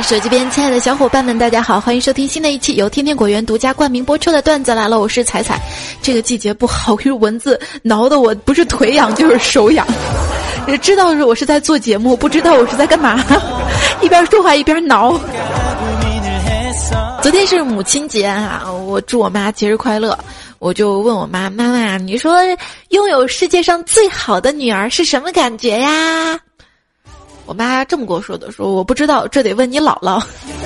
手机边亲爱的小伙伴们大家好，欢迎收听新的一期由天天果园独家冠名播出的段子来了，我是彩彩。这个季节不好，因为蚊子挠的我不是腿痒就是手痒，知道我是在做节目，不知道我是在干嘛，一边说话一边挠。昨天是母亲节啊，我祝我妈节日快乐。我就问我妈，妈妈，你说拥有世界上最好的女儿是什么感觉呀？我妈这么跟我说的，说我不知道，这得问你姥姥。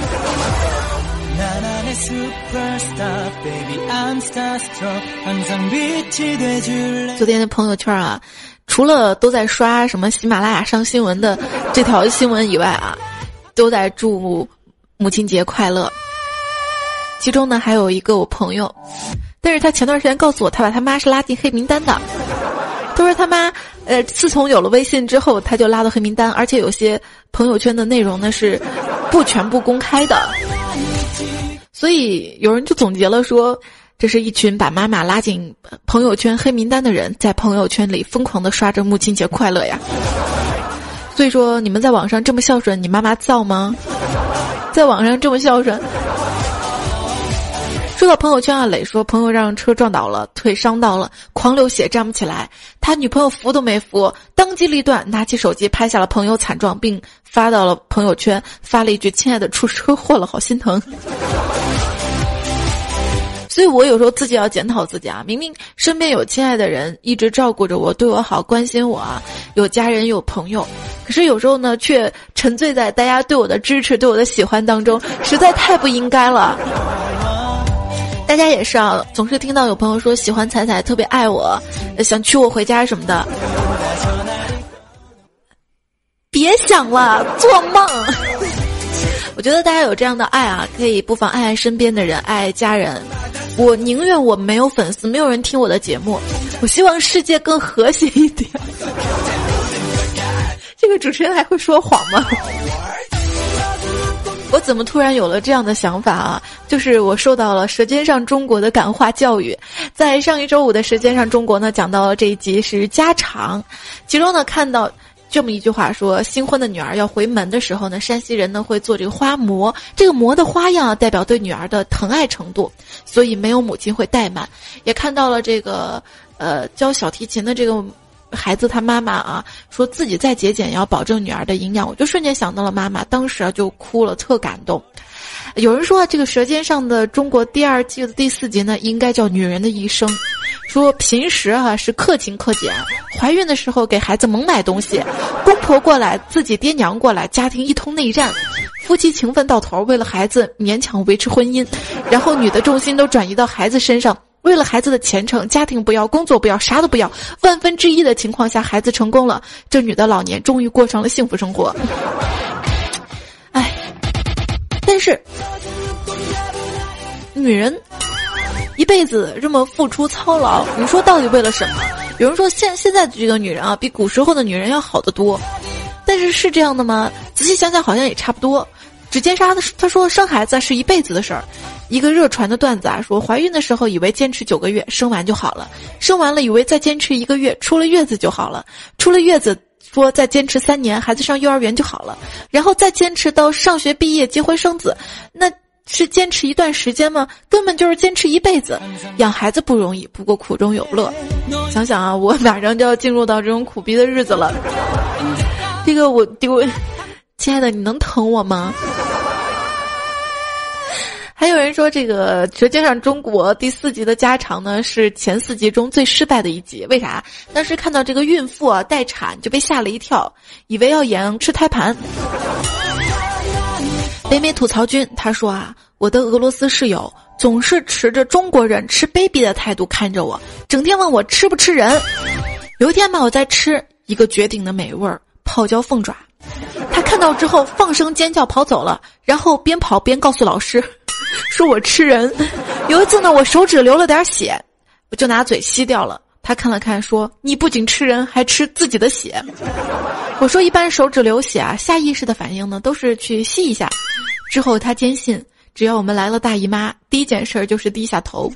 昨天的朋友圈啊，除了都在刷什么喜马拉雅上新闻的这条新闻以外啊，都在祝母亲节快乐。其中呢还有一个我朋友，但是他前段时间告诉我，他把他妈是拉进黑名单的。他说他妈自从有了微信之后，他就拉到黑名单，而且有些朋友圈的内容呢是不全部公开的。所以有人就总结了说，这是一群把妈妈拉进朋友圈黑名单的人，在朋友圈里疯狂地刷着母亲节快乐呀。所以说你们在网上这么孝顺，你妈妈造吗？在网上这么孝顺。说到朋友圈啊，磊说朋友让车撞倒了，腿伤到了，狂流血站不起来，他女朋友扶都没扶，当机立断拿起手机拍下了朋友惨状，并发到了朋友圈，发了一句亲爱的出车祸了，好心疼。所以我有时候自己要检讨自己啊，明明身边有亲爱的人一直照顾着我，对我好，关心我啊，有家人有朋友，可是有时候呢却沉醉在大家对我的支持对我的喜欢当中，实在太不应该了。大家也是啊，总是听到有朋友说喜欢彩彩，特别爱我，想娶我回家什么的。别想了，做梦。我觉得大家有这样的爱啊，可以不妨爱爱身边的人，爱爱家人。我宁愿我没有粉丝，没有人听我的节目，我希望世界更和谐一点。这个主持人还会说谎吗？我怎么突然有了这样的想法啊？就是我受到了《舌尖上中国》的感化教育。在上一周五的《舌尖上中国》呢，讲到了这一集是家常，其中呢看到这么一句话说，新婚的女儿要回门的时候呢，山西人呢会做这个花模，这个模的花样啊代表对女儿的疼爱程度，所以没有母亲会怠慢。也看到了这个教小提琴的这个孩子他妈妈啊，说自己再节俭也要保证女儿的营养，我就瞬间想到了妈妈，当时啊就哭了，特感动。有人说啊，这个《舌尖上的中国》第2季的第4集呢，应该叫女人的一生。说平时啊是克勤克俭，怀孕的时候给孩子猛买东西，公婆过来，自己爹娘过来，家庭一通内战，夫妻情分到头，为了孩子勉强维持婚姻，然后女的重心都转移到孩子身上。为了孩子的前程，家庭不要，工作不要，啥都不要，1/1000的情况下，孩子成功了，这女的老年终于过上了幸福生活。哎，但是女人一辈子这么付出操劳，你说到底为了什么？有人说现在的这个女人啊，比古时候的女人要好得多，但是是这样的吗？仔细想想好像也差不多。指尖沙他说生孩子是一辈子的事儿。一个热传的段子啊，说怀孕的时候以为坚持9个月生完就好了，生完了以为再坚持1个月，出了月子就好了，出了月子说再坚持3年，孩子上幼儿园就好了，然后再坚持到上学毕业结婚生子，那是坚持一段时间吗？根本就是坚持一辈子。养孩子不容易，不过苦中有乐。想想啊，我马上就要进入到这种苦逼的日子了，这个我亲爱的，你能疼我吗？还有人说这个《舌尖上中国》第4集的家常呢，是前4集中最失败的一集。为啥？当时看到这个孕妇啊待产就被吓了一跳，以为要演吃胎盘。北美吐槽君他说啊，我的俄罗斯室友总是持着中国人吃 baby 的态度看着我，整天问我吃不吃人。有一天吧，我在吃一个绝顶的美味泡椒凤爪，他看到之后放声尖叫跑走了，然后边跑边告诉老师说我吃人。有一次呢，我手指流了点血，我就拿嘴吸掉了，他看了看说，你不仅吃人还吃自己的血。我说一般手指流血啊，下意识的反应呢都是去吸一下。之后他坚信只要我们来了大姨妈，第一件事就是低下头。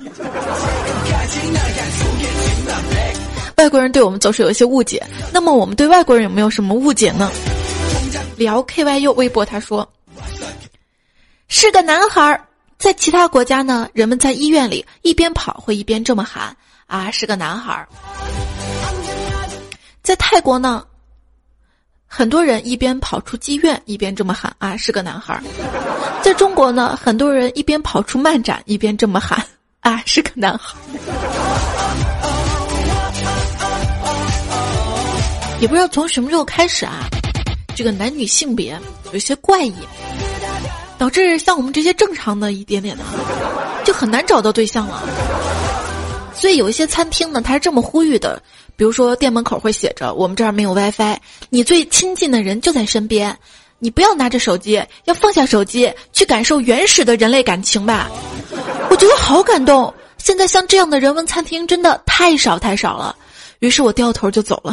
外国人对我们总是有一些误解，那么我们对外国人有没有什么误解呢？聊 KYU 微博他说， 是个男孩。在其他国家呢，人们在医院里一边跑会一边这么喊啊，是个男孩。在泰国呢，很多人一边跑出妓院一边这么喊啊，是个男孩。在中国呢，很多人一边跑出漫展一边这么喊啊，是个男孩。也不知道从什么时候开始啊，这个男女性别有些怪异，导致像我们这些正常的一点点的就很难找到对象了。所以有一些餐厅呢，它是这么呼吁的，比如说店门口会写着，我们这儿没有 WiFi， 你最亲近的人就在身边，你不要拿着手机，要放下手机去感受原始的人类感情吧。我觉得好感动，现在像这样的人文餐厅真的太少太少了。于是我掉头就走了，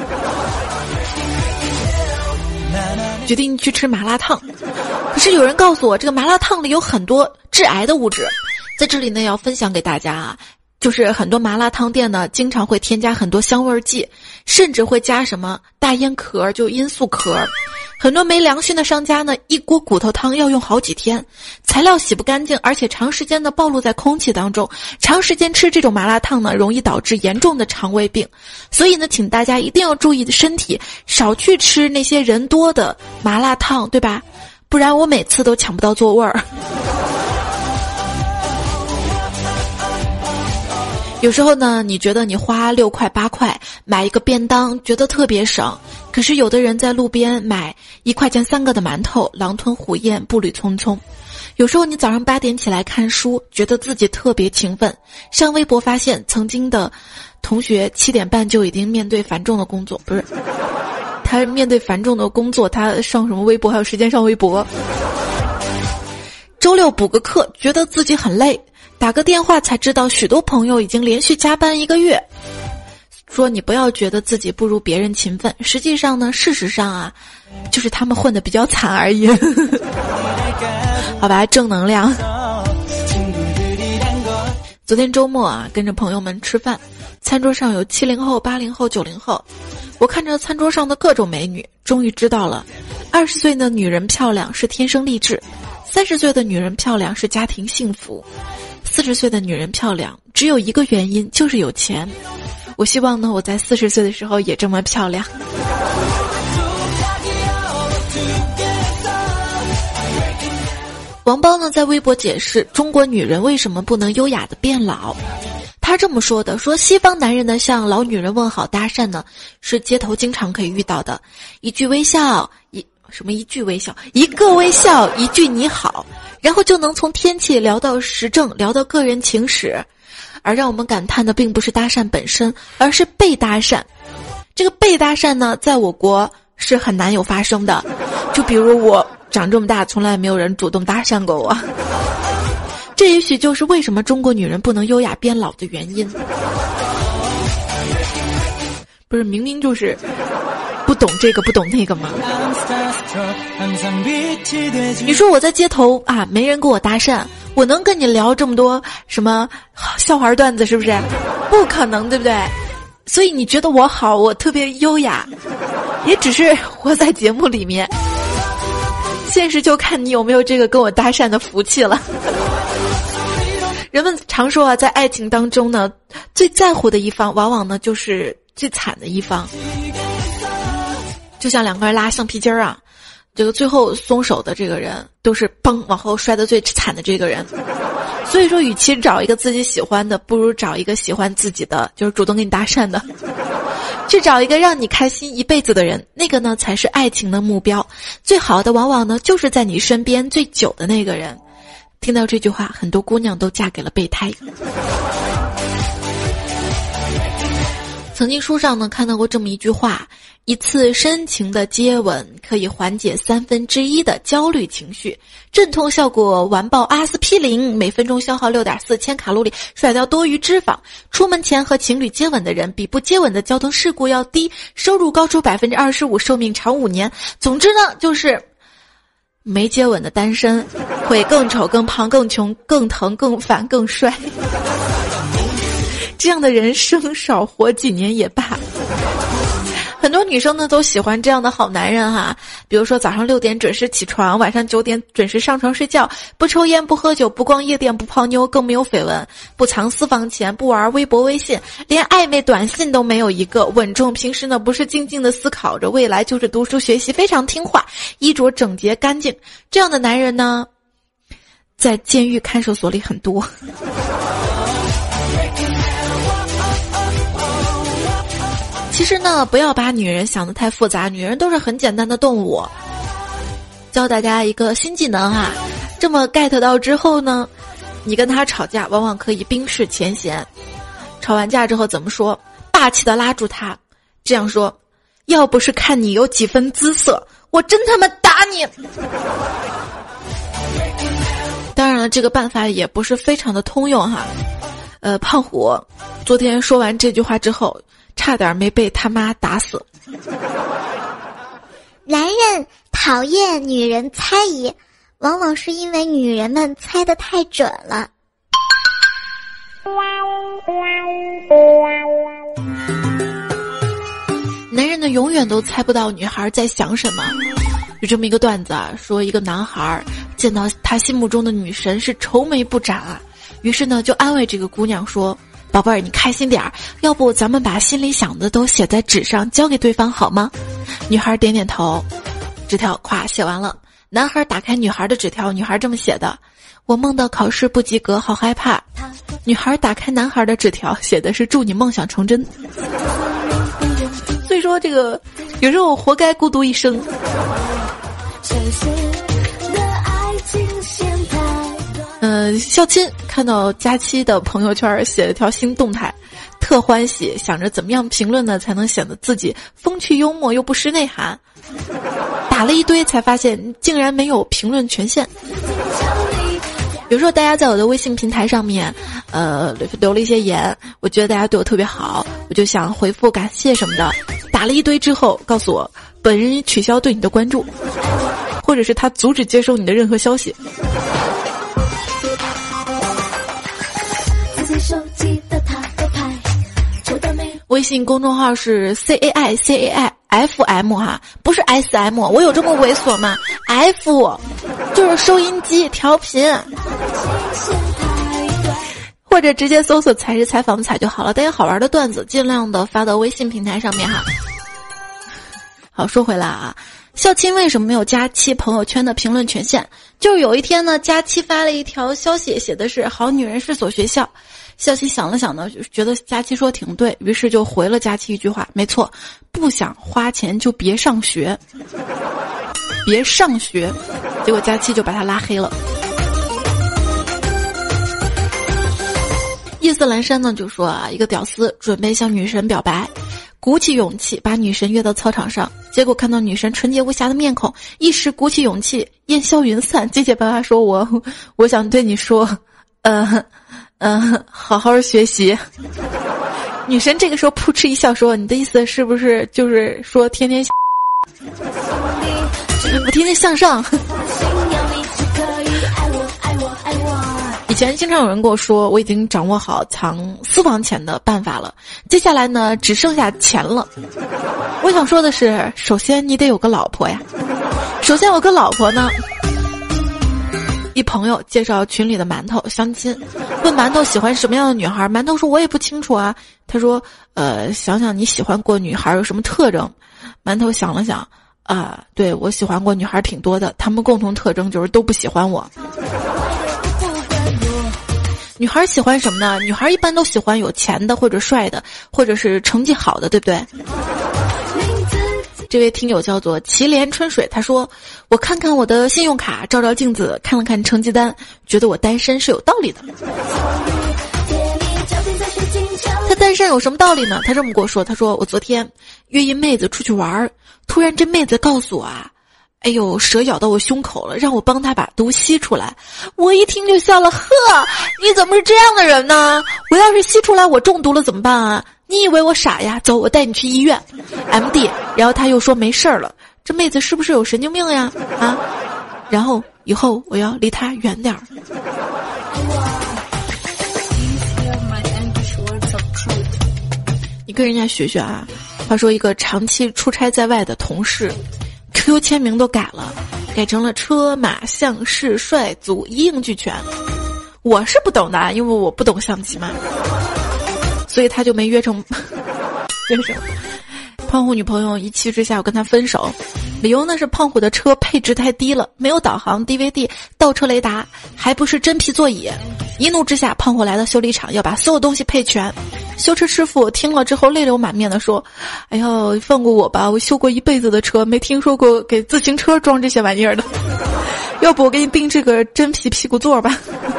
决定去吃麻辣烫。可是有人告诉我，这个麻辣烫里有很多致癌的物质，在这里呢要分享给大家啊，就是很多麻辣烫店呢经常会添加很多香味剂，甚至会加什么大烟壳，就罂粟壳。很多没良心的商家呢，一锅骨头汤要用好几天，材料洗不干净，而且长时间的暴露在空气当中，长时间吃这种麻辣烫呢，容易导致严重的肠胃病。所以呢，请大家一定要注意身体，少去吃那些人多的麻辣烫，对吧？不然我每次都抢不到座位儿。有时候呢，你觉得你花6块8块买一个便当觉得特别省，可是有的人在路边买1块钱3个的馒头，狼吞虎咽，步履匆匆。有时候你早上8点起来看书，觉得自己特别勤奋，上微博发现曾经的同学7点半就已经面对繁重的工作，不是，他面对繁重的工作，他上什么微博还有时间上微博。周六补个课，觉得自己很累，打个电话才知道许多朋友已经连续加班1个月。说你不要觉得自己不如别人勤奋，实际上呢，事实上啊，就是他们混得比较惨而已。好吧，正能量。昨天周末啊，跟着朋友们吃饭，餐桌上有70后、80后、90后。我看着餐桌上的各种美女，终于知道了，20岁的女人漂亮是天生丽质，30岁的女人漂亮是家庭幸福，40岁的女人漂亮只有一个原因，就是有钱。我希望呢，我在40岁的时候也这么漂亮。王包呢在微博解释中国女人为什么不能优雅的变老。他这么说的，说西方男人呢向老女人问好搭讪呢，是街头经常可以遇到的，一句微笑，一个微笑，一句你好，然后就能从天气聊到时政，聊到个人情史。而让我们感叹的并不是搭讪本身，而是被搭讪。这个被搭讪呢，在我国是很难有发生的。就比如我长这么大，从来没有人主动搭讪过我。这也许就是为什么中国女人不能优雅变老的原因。不是，明明就是不懂这个不懂那个吗？你说我在街头啊，没人跟我搭讪，我能跟你聊这么多什么笑话段子，是不是？不可能，对不对？所以你觉得我好，我特别优雅，也只是活在节目里面，现实就看你有没有这个跟我搭讪的福气了。人们常说啊，在爱情当中呢，最在乎的一方往往呢就是最惨的一方。就像两个人拉橡皮筋儿啊，这个最后松手的这个人都是砰往后摔得最惨的这个人。所以说，与其找一个自己喜欢的，不如找一个喜欢自己的，就是主动跟你搭讪的。去找一个让你开心一辈子的人，那个呢才是爱情的目标。最好的往往呢就是在你身边最久的那个人。听到这句话，很多姑娘都嫁给了备胎。曾经书上呢看到过这么一句话，一次深情的接吻可以缓解1/3的焦虑情绪，镇痛效果完爆阿司匹林，每分钟消耗6.4千卡路里，甩掉多余脂肪。出门前和情侣接吻的人比不接吻的交通事故要低，收入高出25%，寿命长5年。总之呢，就是没接吻的单身会更丑、更胖、更穷、更疼、更烦、更帅。这样的人生少活几年也罢。 很多女生呢都喜欢这样的好男人哈，比如说早上6点准时起床，晚上9点准时上床睡觉，不抽烟不喝酒，不逛夜店不泡妞，更没有绯闻，不藏私房钱，不玩微博微信，连暧昧短信都没有一个，稳重，平时呢不是静静的思考着未来，就是读书学习，非常听话，衣着整洁干净。这样的男人呢在监狱看守所里很多。其实呢，不要把女人想得太复杂，女人都是很简单的动物。教大家一个新技能哈，这么 get 到之后呢，你跟他吵架往往可以冰释前嫌。吵完架之后怎么说？霸气的拉住他，这样说：要不是看你有几分姿色，我真他妈打你。当然了，这个办法也不是非常的通用哈。胖虎昨天说完这句话之后，差点没被他妈打死。 男人讨厌女人猜疑，往往是因为女人们猜得太准了。 男人呢永远都猜不到女孩在想什么。有这么一个段子啊，说一个男孩见到他心目中的女神是愁眉不展啊，于是呢就安慰这个姑娘说：宝贝儿，你开心点儿，要不咱们把心里想的都写在纸上交给对方好吗？女孩点点头，纸条咵写完了。男孩打开女孩的纸条，女孩这么写的：我梦到考试不及格，好害怕。女孩打开男孩的纸条，写的是祝你梦想成真。所以说这个有时候活该孤独一生。校亲看到佳期的朋友圈写了条新动态，特欢喜，想着怎么样评论呢才能显得自己风趣幽默又不失内涵，打了一堆才发现竟然没有评论权限。比如说大家在我的微信平台上面留了一些言，我觉得大家对我特别好，我就想回复感谢什么的，打了一堆之后告诉我本人取消对你的关注，或者是他阻止接收你的任何消息。微信公众号是 CAIFM 哈，不是 SM， 我有这么猥琐吗？ F 就是收音机调频，或者直接搜索才是采访的采就好了。大家好玩的段子尽量的发到微信平台上面哈。好，说回来啊，校亲为什么没有佳期朋友圈的评论权限？就是有一天呢，佳期发了一条消息，写的是好女人是所学校。校期想了想呢，就觉得佳期说挺对，于是就回了佳期一句话：没错，不想花钱就别上学，别上学。结果佳期就把他拉黑了。夜色阑珊呢就说啊，一个屌丝准备向女神表白，鼓起勇气把女神约到操场上，结果看到女神纯洁无瑕的面孔，一时鼓起勇气，烟消云散，结结巴巴说我想对你说好好学习。女神这个时候扑哧一笑说，你的意思是不是就是说天天我天天向上。以前经常有人跟我说，我已经掌握好藏私房钱的办法了，接下来呢只剩下钱了。我想说的是，首先你得有个老婆呀。首先有个老婆呢，一朋友介绍群里的馒头相亲，问馒头喜欢什么样的女孩，馒头说我也不清楚啊。他说想想你喜欢过女孩有什么特征。馒头想了想对，我喜欢过女孩挺多的，她们共同特征就是都不喜欢我。女孩喜欢什么呢？女孩一般都喜欢有钱的，或者帅的，或者是成绩好的，对不对？这位听友叫做祁连春水，他说我看看我的信用卡，照照镜子，看了看成绩单，觉得我单身是有道理的。他单身有什么道理呢？他这么跟我说，他说我昨天约一妹子出去玩，突然这妹子告诉我哎呦，蛇咬到我胸口了，让我帮她把毒吸出来。我一听就笑了，呵，你怎么是这样的人呢？我要是吸出来我中毒了怎么办啊？你以为我傻呀？走，我带你去医院 MD。 然后他又说没事儿了，这妹子是不是有神经病呀？然后以后我要离她远点儿。你跟人家学学啊， 话说一个长期出差在外的同事 QQ 签名都改了，改成了车马相士帅祖一应俱全。我是不懂的，因为我不懂象棋嘛，所以他就没约成胖虎女朋友一气之下我跟他分手，理由呢是胖虎的车配置太低了，没有导航 DVD 倒车雷达，还不是真皮座椅。一怒之下，胖虎来到修理厂要把所有东西配全。修车师傅听了之后泪流满面的说，哎呦放过我吧，我修过一辈子的车，没听说过给自行车装这些玩意儿的，要不我给你订这个真皮屁股座吧。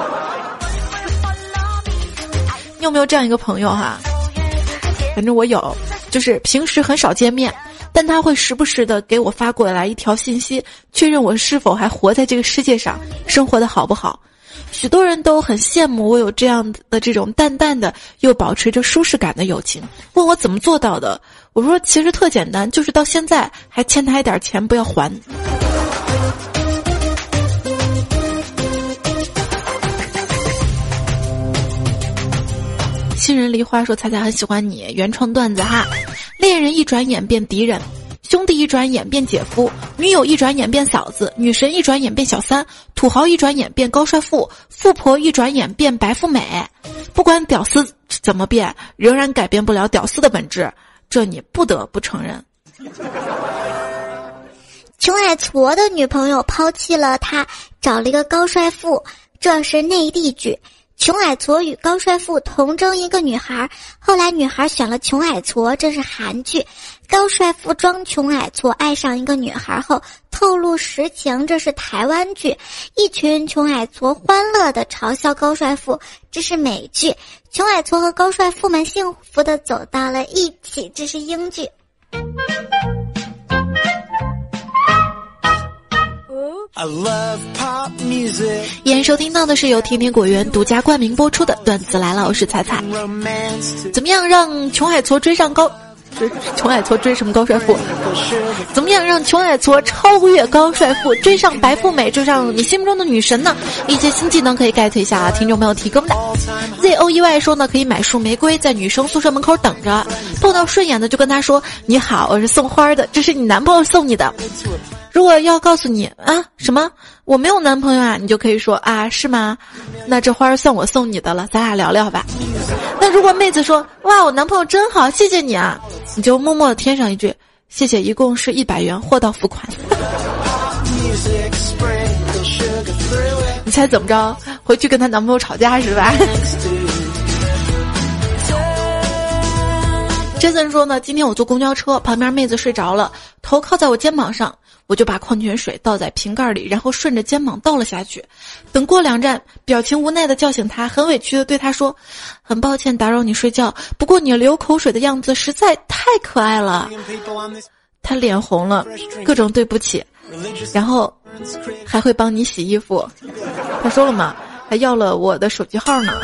你有没有这样一个朋友哈？反正我有，就是平时很少见面，但他会时不时的给我发过来一条信息，确认我是否还活在这个世界上，生活的好不好。许多人都很羡慕我有这样的这种淡淡的又保持着舒适感的友情，问我怎么做到的。我说其实特简单，就是到现在还欠他一点钱不要还。新人梨花说彩彩很喜欢你，原创段子哈。恋人一转眼变敌人，兄弟一转眼变姐夫，女友一转眼变嫂子，女神一转眼变小三，土豪一转眼变高帅富，富婆一转眼变白富美。不管屌丝怎么变，仍然改变不了屌丝的本质，这你不得不承认。 穷矮矬的女朋友抛弃了他，找了一个高帅富，这是内地剧。穷矮矬与高帅富同争一个女孩，后来女孩选了穷矮矬，这是韩剧。高帅富装穷矮矬爱上一个女孩后透露实情，这是台湾剧。一群穷矮矬欢乐地嘲笑高帅富，这是美剧。穷矮矬和高帅富们幸福地走到了一起，这是英剧。 I love pop music。 依然收听到的是由甜甜果园独家冠名播出的段子来了，我是彩彩。怎么样让穷矮矬追上穷矮矬追什么高帅富？怎么样让穷矮矬超越高帅富，追上白富美，追上你心目中的女神呢？一些新技能可以 get 一下听众朋友提供的。ZOEY 说呢，可以买束玫瑰在女生宿舍门口等着，碰到顺眼的就跟他说你好，我是送花的，这是你男朋友送你的。如果要告诉你啊什么我没有男朋友啊，你就可以说啊是吗？那这花算我送你的了，咱俩聊聊吧。那如果妹子说哇我男朋友真好，谢谢你啊，你就默默地添上一句谢谢，一共是100元，货到付款。你猜怎么着？回去跟她男朋友吵架是吧？Jason 说呢，今天我坐公交车，旁边妹子睡着了，头靠在我肩膀上，我就把矿泉水倒在瓶盖里，然后顺着肩膀倒了下去。等过2站，表情无奈地叫醒她，很委屈地对她说，很抱歉打扰你睡觉，不过你流口水的样子实在太可爱了。她脸红了，各种对不起，然后还会帮你洗衣服。她说了嘛，还要了我的手机号呢。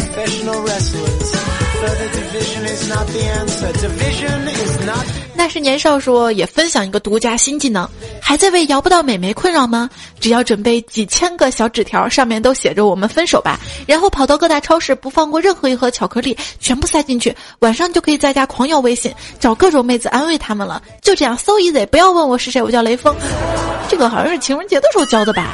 那是年少说也分享一个独家新技能，还在为摇不到美眉困扰吗？只要准备几千个小纸条，上面都写着我们分手吧，然后跑到各大超市不放过任何一盒巧克力，全部塞进去，晚上就可以在家狂摇微信，找各种妹子安慰他们了。就这样 so easy， 不要问我是谁，我叫雷锋。这个好像是情人节的时候教的吧。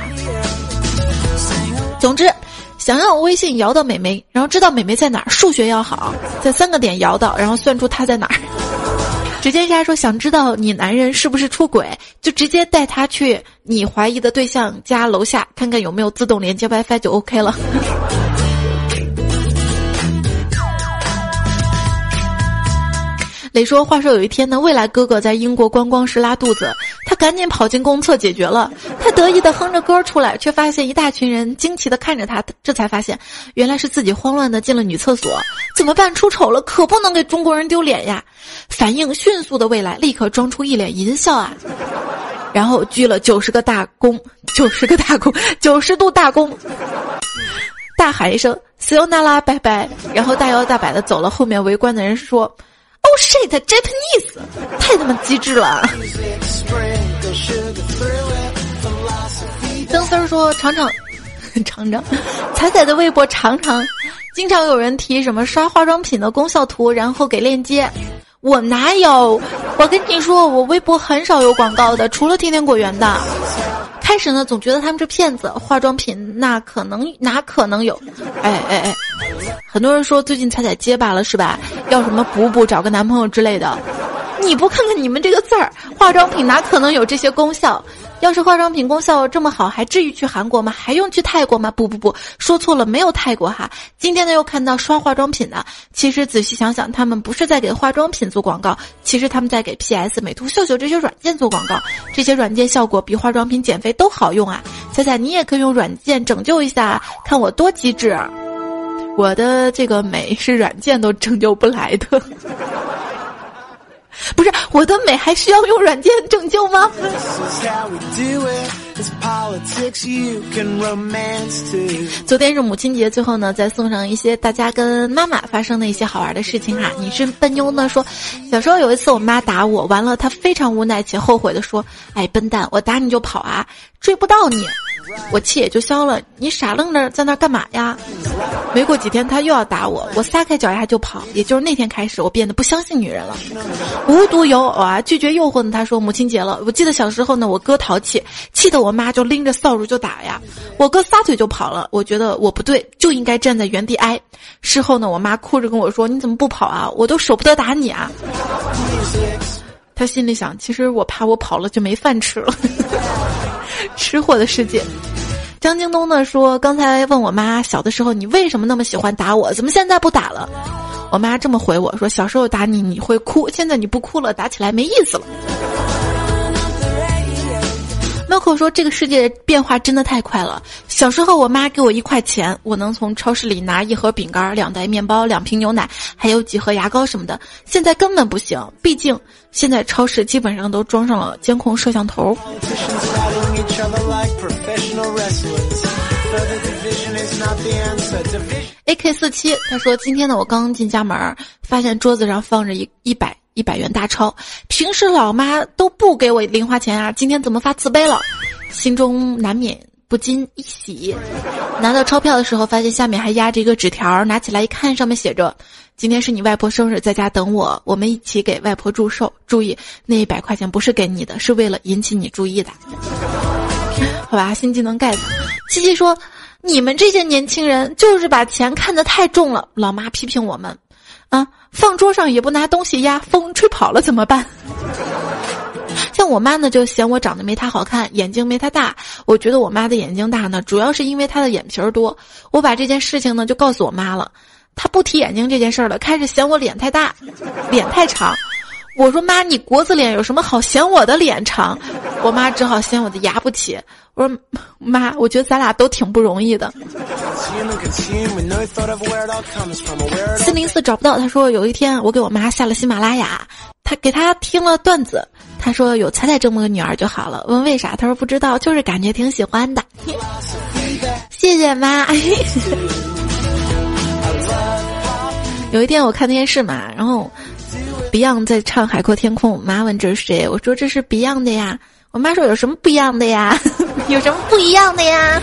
总之想要微信摇到美眉，然后知道美眉在哪儿，数学要好，在3个点摇到，然后算出她在哪儿。指尖沙说想知道你男人是不是出轨，就直接带他去你怀疑的对象家楼下，看看有没有自动连接 WiFi 就 OK 了。磊说话说有一天呢，未来哥哥在英国观光时拉肚子，他赶紧跑进公厕解决了。他得意地哼着歌出来，却发现一大群人惊奇地看着他，这才发现原来是自己慌乱地进了女厕所。怎么办？出丑了，可不能给中国人丢脸呀！反应迅速的未来立刻装出一脸淫笑啊，然后鞠了90个大躬，90度大躬，大喊一声死又那拉拜拜，然后大摇大摆的走了。后面围观的人说Oh shit, Japanese， 太他妈机智了。曾丝说常常，彩彩的微博常常经常有人提什么刷化妆品的功效图，然后给链接。 我哪有？我跟你说，我微博很少有广告的，除了天天果园的。开始呢，总觉得他们是骗子，化妆品哪可能有？哎，很多人说最近踩结巴了是吧？要什么补找个男朋友之类的。你不看看你们这个字儿，化妆品哪可能有这些功效？要是化妆品功效这么好，还至于去韩国吗？还用去泰国吗？不，说错了，没有泰国哈。今天呢又看到刷化妆品的，其实仔细想想，他们不是在给化妆品做广告，其实他们在给 PS、美图秀秀这些软件做广告。这些软件效果比化妆品减肥都好用啊！彩彩，你也可以用软件拯救一下，看我多机智。我的这个美是软件都拯救不来的。不是，我的美还需要用软件拯救吗？昨天是母亲节，最后呢再送上一些大家跟妈妈发生的一些好玩的事情哈。你是笨妞呢说，小时候有一次我妈打我，完了她非常无奈且后悔的说，哎笨蛋，我打你就跑啊，追不到你。我气也就消了，你傻愣着在那干嘛呀？没过几天他又要打我，我撒开脚丫就跑。也就是那天开始，我变得不相信女人了。无独有偶啊，拒绝诱惑呢。他说母亲节了，我记得小时候呢，我哥淘气，气得我妈就拎着扫帚就打呀。我哥撒腿就跑了，我觉得我不对，就应该站在原地挨。事后呢，我妈哭着跟我说，你怎么不跑啊？我都舍不得打你啊。他心里想，其实我怕我跑了就没饭吃了。吃货的世界。张京东呢说，刚才问我妈，小的时候你为什么那么喜欢打我，怎么现在不打了？我妈这么回我说，小时候打你你会哭，现在你不哭了，打起来没意思了。Milko 说，这个世界变化真的太快了。小时候我妈给我1块钱，我能从超市里拿1盒饼干、2袋面包、2瓶牛奶，还有几盒牙膏什么的。现在根本不行，毕竟现在超市基本上都装上了监控摄像头。AK47 他说，今天呢我刚进家门，发现桌子上放着100元大钞，平时老妈都不给我零花钱啊，今天怎么发自卑了？心中难免不禁一喜。拿到钞票的时候，发现下面还压着一个纸条，拿起来一看，上面写着，今天是你外婆生日，在家等我，我们一起给外婆祝寿，注意那100块钱不是给你的，是为了引起你注意的。好吧，新技能 get。七七说，你们这些年轻人就是把钱看得太重了，老妈批评我们啊，放桌上也不拿东西压，风吹跑了怎么办？像我妈呢，就嫌我长得没她好看，眼睛没她大。我觉得我妈的眼睛大呢，主要是因为她的眼皮儿多。我把这件事情呢就告诉我妈了，她不提眼睛这件事儿了，开始嫌我脸太大，脸太长。我说妈，你国字脸有什么好嫌我的脸长？我妈只好嫌我的牙不齐。我说妈，我觉得咱俩都挺不容易的。404找不到，他说有一天我给我妈下了喜马拉雅，给她听了段子，她说有彩彩这么个女儿就好了。问为啥，她说不知道，就是感觉挺喜欢的。谢谢妈。有一天我看电视嘛，然后Beyond 在唱《海阔天空》，我妈问这是谁，我说这是 Beyond 的呀。我妈说有什么不一样的呀？有什么不一样的呀？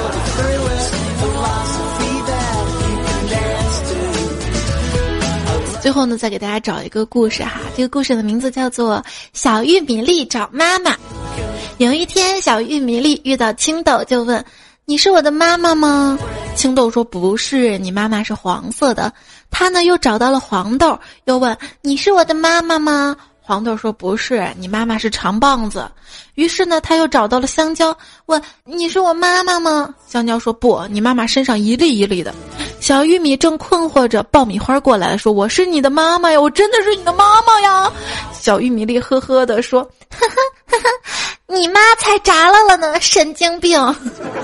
最后呢，再给大家找一个故事哈，这个故事的名字叫做《小玉米粒找妈妈》。有一天，小玉米粒遇到青豆，就问：“你是我的妈妈吗？”青豆说：“不是，你妈妈是黄色的。”他呢又找到了黄豆，又问：“你是我的妈妈吗？”黄豆说：“不是，你妈妈是长棒子。”于是呢，他又找到了香蕉，问：“你是我妈妈吗？”香蕉说：“不，你妈妈身上一粒一粒的。”小玉米正困惑着，爆米花过来了，说：“我是你的妈妈呀，我真的是你的妈妈呀。”小玉米粒呵呵的说：“哈哈哈哈，你妈才炸了呢，神经病。”